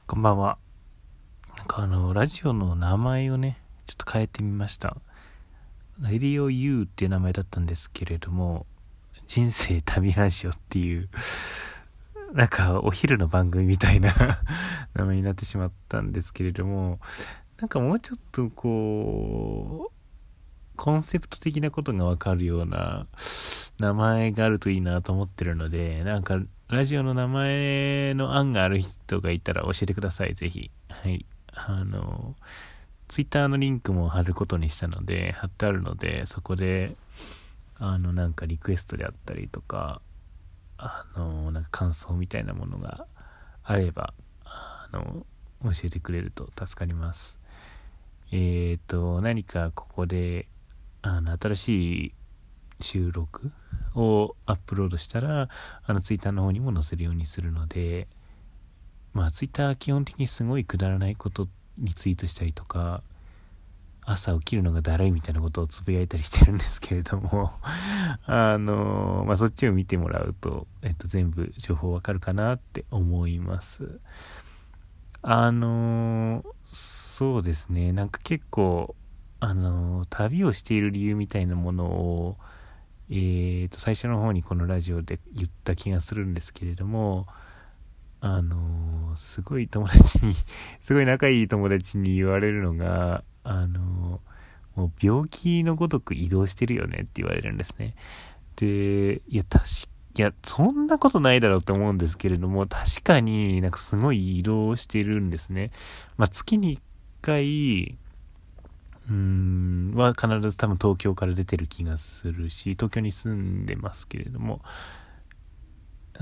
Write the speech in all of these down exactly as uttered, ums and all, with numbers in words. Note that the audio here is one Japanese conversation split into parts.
こんばんは。なんかあの、ラジオの名前をね、ちょっと変えてみました。レディオ U っていう名前だったんですけれども、人生旅ラジオっていう、なんかお昼の番組みたいな名前になってしまったんですけれども、なんかもうちょっとこう、コンセプト的なことがわかるような名前があるといいなと思ってるので、なんかラジオの名前の案がある人がいたら教えてください、ぜひ。はい。あの、ツイッターのリンクも貼ることにしたので、貼ってあるので、そこで、あの、なんかリクエストであったりとか、あの、なんか感想みたいなものがあれば、あの、教えてくれると助かります。えっと、何かここで、あの、新しい収録をアップロードしたら、あの、ツイッターの方にも載せるようにするので、まあ、ツイッターは基本的にすごいくだらないことにツイートしたりとか、朝起きるのがだるいみたいなことをつぶやいたりしてるんですけれどもあのまあそっちを見てもらうと、えっと、全部情報わかるかなって思います。あのそうですね、なんか結構あの旅をしている理由みたいなものをえーと最初の方にこのラジオで言った気がするんですけれども、あのすごい友達にすごい仲いい友達に言われるのが、あのもう病気のごとく移動してるよねって言われるんですね。で、いや確かいやそんなことないだろうって思うんですけれども、確かになんかすごい移動してるんですね。まあ月にいっかいうーんは必ず多分東京から出てる気がするし、東京に住んでますけれども、うん、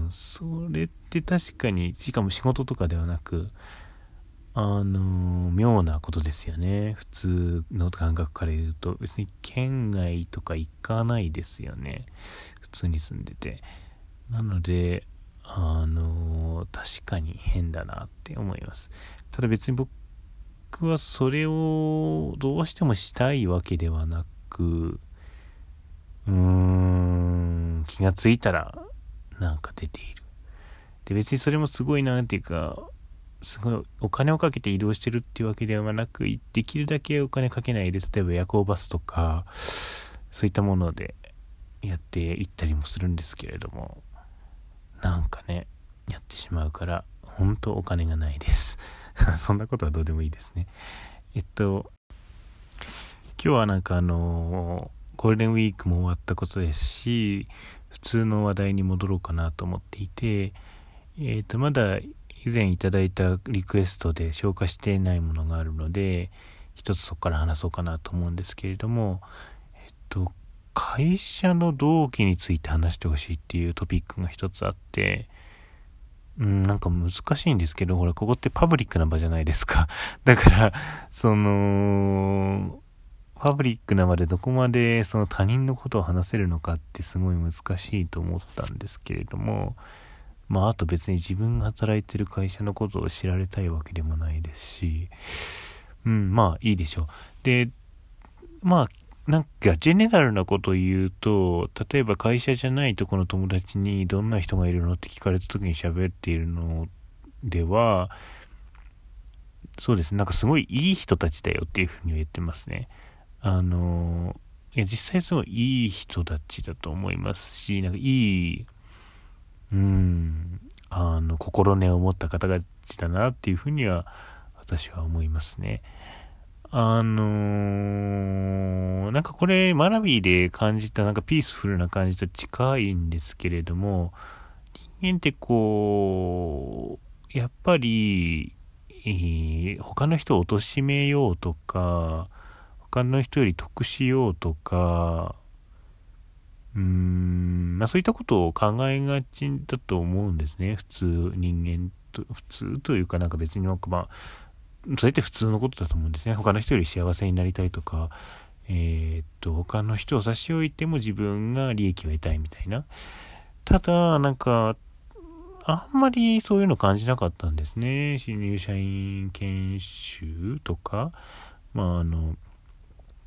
それって確かに、しかも仕事とかではなく、あの妙なことですよね。普通の感覚から言うと、別に県外とか行かないですよね。普通に住んでて。なので、あの確かに変だなって思います。ただ別に僕はそれをどうしてもしたいわけではなく、うーん、気がついたらなんか出ている。で、別にそれもすごいなんていうか、すごいお金をかけて移動してるっていうわけではなく、できるだけお金かけないで、例えば夜行バスとかそういったものでやっていったりもするんですけれども、なんかねやってしまうから本当お金がないですそんなことはどうでもいいですね。えっと今日はなんかあのゴールデンウィークも終わったことですし、普通の話題に戻ろうかなと思っていて、えっとまだ以前いただいたリクエストで消化していないものがあるので、一つそこから話そうかなと思うんですけれども、えっと会社の同期について話してほしいっていうトピックが一つあって、うん、なんか難しいんですけど、ほらここってパブリックな場じゃないですかだからそのパブリックな場でどこまでその他人のことを話せるのかってすごい難しいと思ったんですけれども、まああと別に自分が働いてる会社のことを知られたいわけでもないですし、うんまあいいでしょう。で、まあなんかジェネラルなことを言うと、例えば会社じゃないとこの友達にどんな人がいるのって聞かれた時に喋っているのでは、そうですね、なんかすごいいい人たちだよっていうふうに言ってますね。あのいや実際すごいいい人たちだと思いますし、なんかいい、うーん、あの心根を持った方たちだなっていうふうには私は思いますね。あのー、なんかこれマラビーで感じたなんかピースフルな感じと近いんですけれども、人間ってこうやっぱり、えー他の人を貶めようとか、他の人より得しようとか、うーん、まあそういったことを考えがちだと思うんですね。普通人間と、普通というかなんか別になんかまあ、それって普通のことだと思うんですね。他の人より幸せになりたいとか、えーっと、他の人を差し置いても自分が利益を得たいみたいな。ただ、なんか、あんまりそういうの感じなかったんですね。新入社員研修とか、まああの、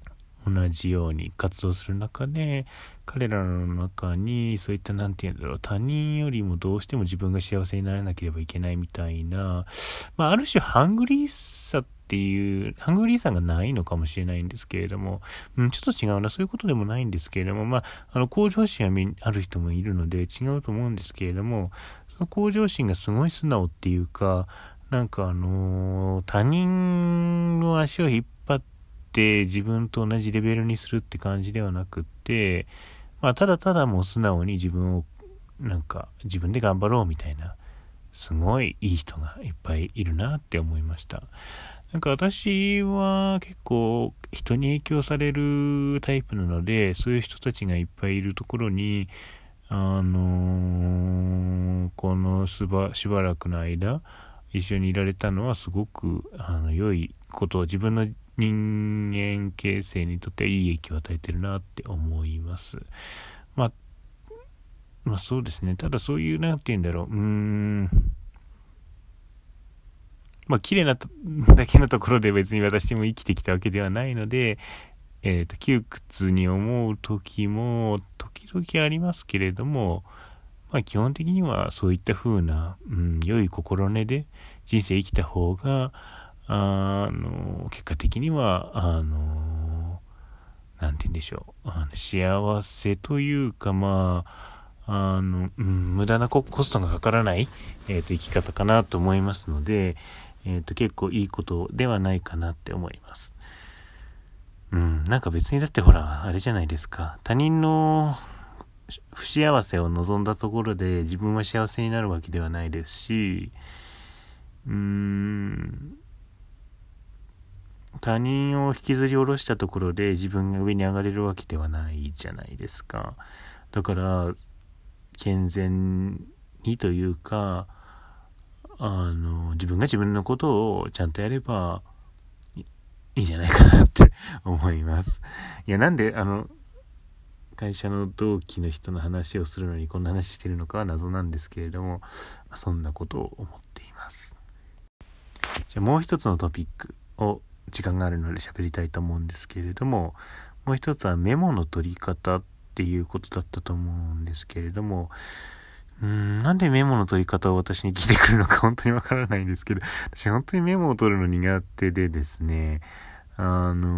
同じように活動する中で、彼らの中にそういったなんていうんだろう、他人よりもどうしても自分が幸せにならなければいけないみたいな、まあある種ハングリーさっていうハングリーさがないのかもしれないんですけれども、うん、ちょっと違うな、そういうことでもないんですけれども、まああの向上心はある人もいるので違うと思うんですけれども、その向上心がすごい素直っていうか、なんかあのー、他人の足を引っ張って自分と同じレベルにするって感じではなくって、まあただただもう素直に自分をなんか自分で頑張ろうみたいな、すごいいい人がいっぱいいるなって思いました。なんか私は結構人に影響されるタイプなので、そういう人たちがいっぱいいるところに、あのー、このすばしばらくの間一緒にいられたのはすごくあの良いことを、自分の人間形成にとってはいい影響を与えてるなって思います。まあ、まあそうですね。ただそういうなんて言うんだろう、うーん、まあ綺麗なだけのところで別に私も生きてきたわけではないので、えっと窮屈に思う時も時々ありますけれども、まあ基本的にはそういった風な、うん、良い心根で人生生きた方が、あの結果的にはあのなんて言うんでしょう、あの幸せというか、まああの、うん、無駄なコストがかからない、えー、と生き方かなと思いますので、えー、と結構いいことではないかなって思います。うん、なんか別にだってほらあれじゃないですか、他人の不幸せを望んだところで自分は幸せになるわけではないですし、うーん他人を引きずり下ろしたところで自分が上に上がれるわけではないじゃないですか。だから健全にというか、あの自分が自分のことをちゃんとやればいいんじゃないかなって思います。いや、なんであの会社の同期の人の話をするのにこんな話してるのかは謎なんですけれども、そんなことを思っています。じゃあもう一つのトピックを時間があるので喋りたいと思うんですけれども、もう一つはメモの取り方っていうことだったと思うんですけれども、うーんなんでメモの取り方を私に聞いてくるのか本当にわからないんですけど、私本当にメモを取るの苦手でですね、あの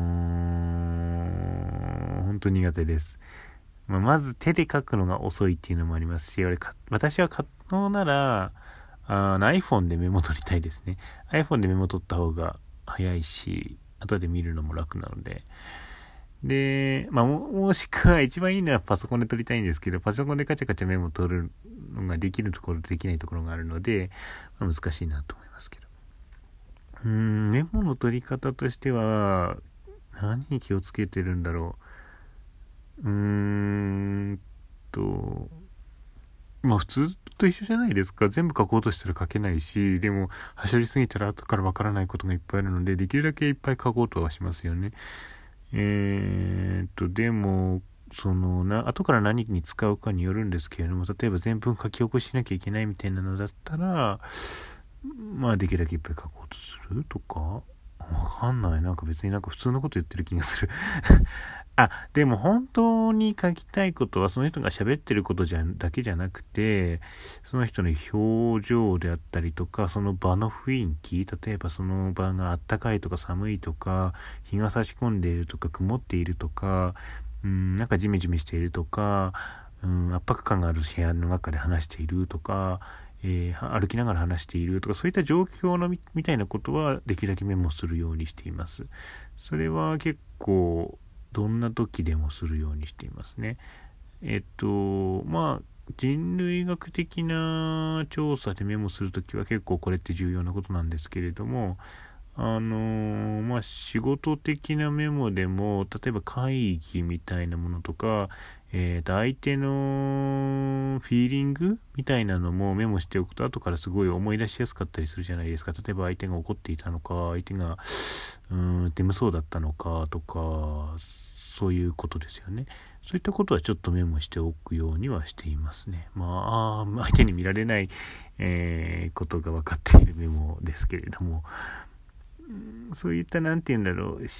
ー、本当に苦手です。まあ、まず手で書くのが遅いっていうのもありますし、俺か私は可能ならあ iPhone でメモ取りたいですね。 iPhone でメモ取った方が早いし、後で見るのも楽なので。で、まあ、も、もしくは一番いいのはパソコンで撮りたいんですけど、パソコンでカチャカチャメモ取るのができるところとできないところがあるので、まあ、難しいなと思いますけど。うーん、メモの取り方としては、何に気をつけてるんだろう。うーんと、まあ普通と一緒じゃないですか。全部書こうとしたら書けないし、でも、はしょりすぎたら後からわからないことがいっぱいあるので、できるだけいっぱい書こうとはしますよね。えーっと、でも、そのな、後から何に使うかによるんですけれども、例えば全文書き起こしなきゃいけないみたいなのだったら、まあできるだけいっぱい書こうとするとか、わかんない。なんか別になんか普通のこと言ってる気がする。あ、でも本当に書きたいことはその人が喋ってることじゃだけじゃなくて、その人の表情であったりとか、その場の雰囲気、例えばその場があったかいとか寒いとか、日が差し込んでいるとか曇っているとか、うん、なんかジメジメしているとか、うん、圧迫感がある部屋の中で話しているとか、えー、歩きながら話しているとか、そういった状況の み, みたいなことはできるだけメモするようにしています。それは結構どんな時でもするようにしていますね。えっとまあ人類学的な調査でメモするときは結構これって重要なことなんですけれども、あのー、まあ仕事的なメモでも、例えば会議みたいなものとか、えーと相手のフィーリングみたいなのもメモしておくと後からすごい思い出しやすかったりするじゃないですか。例えば相手が怒っていたのか、相手がうーん眠そうだったのかとか、そういうことですよね。そういったことはちょっとメモしておくようにはしていますね。まあ、相手に見られない、えー、ことが分かっているメモですけれども、そういったなんて言うんだろう、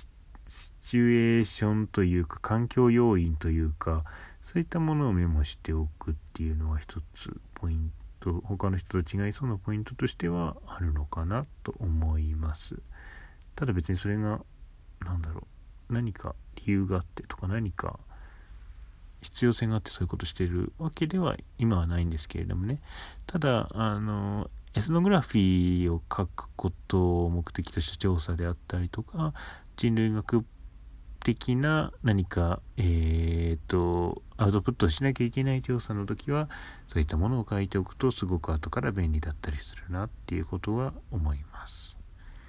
シチュエーションというか環境要因というか、そういったものをメモしておくっていうのは一つポイント、他の人と違いそうなポイントとしてはあるのかなと思います。ただ別にそれがなんだろう、何か理由があってとか何か必要性があってそういうことしているわけでは今はないんですけれどもね。ただあのエスノグラフィーを書くことを目的とした調査であったりとか、人類学的な何かえー、とアウトプットをしなきゃいけない調査の時はそういったものを書いておくとすごく後から便利だったりするなっていうことは思います。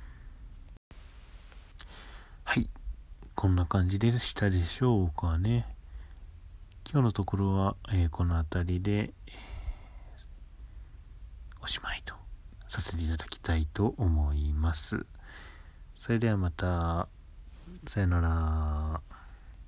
はい、こんな感じでしたでしょうかね。今日のところは、えー、この辺りで、えー、おしまいとさせていただきたいと思います。それではまた、さよなら。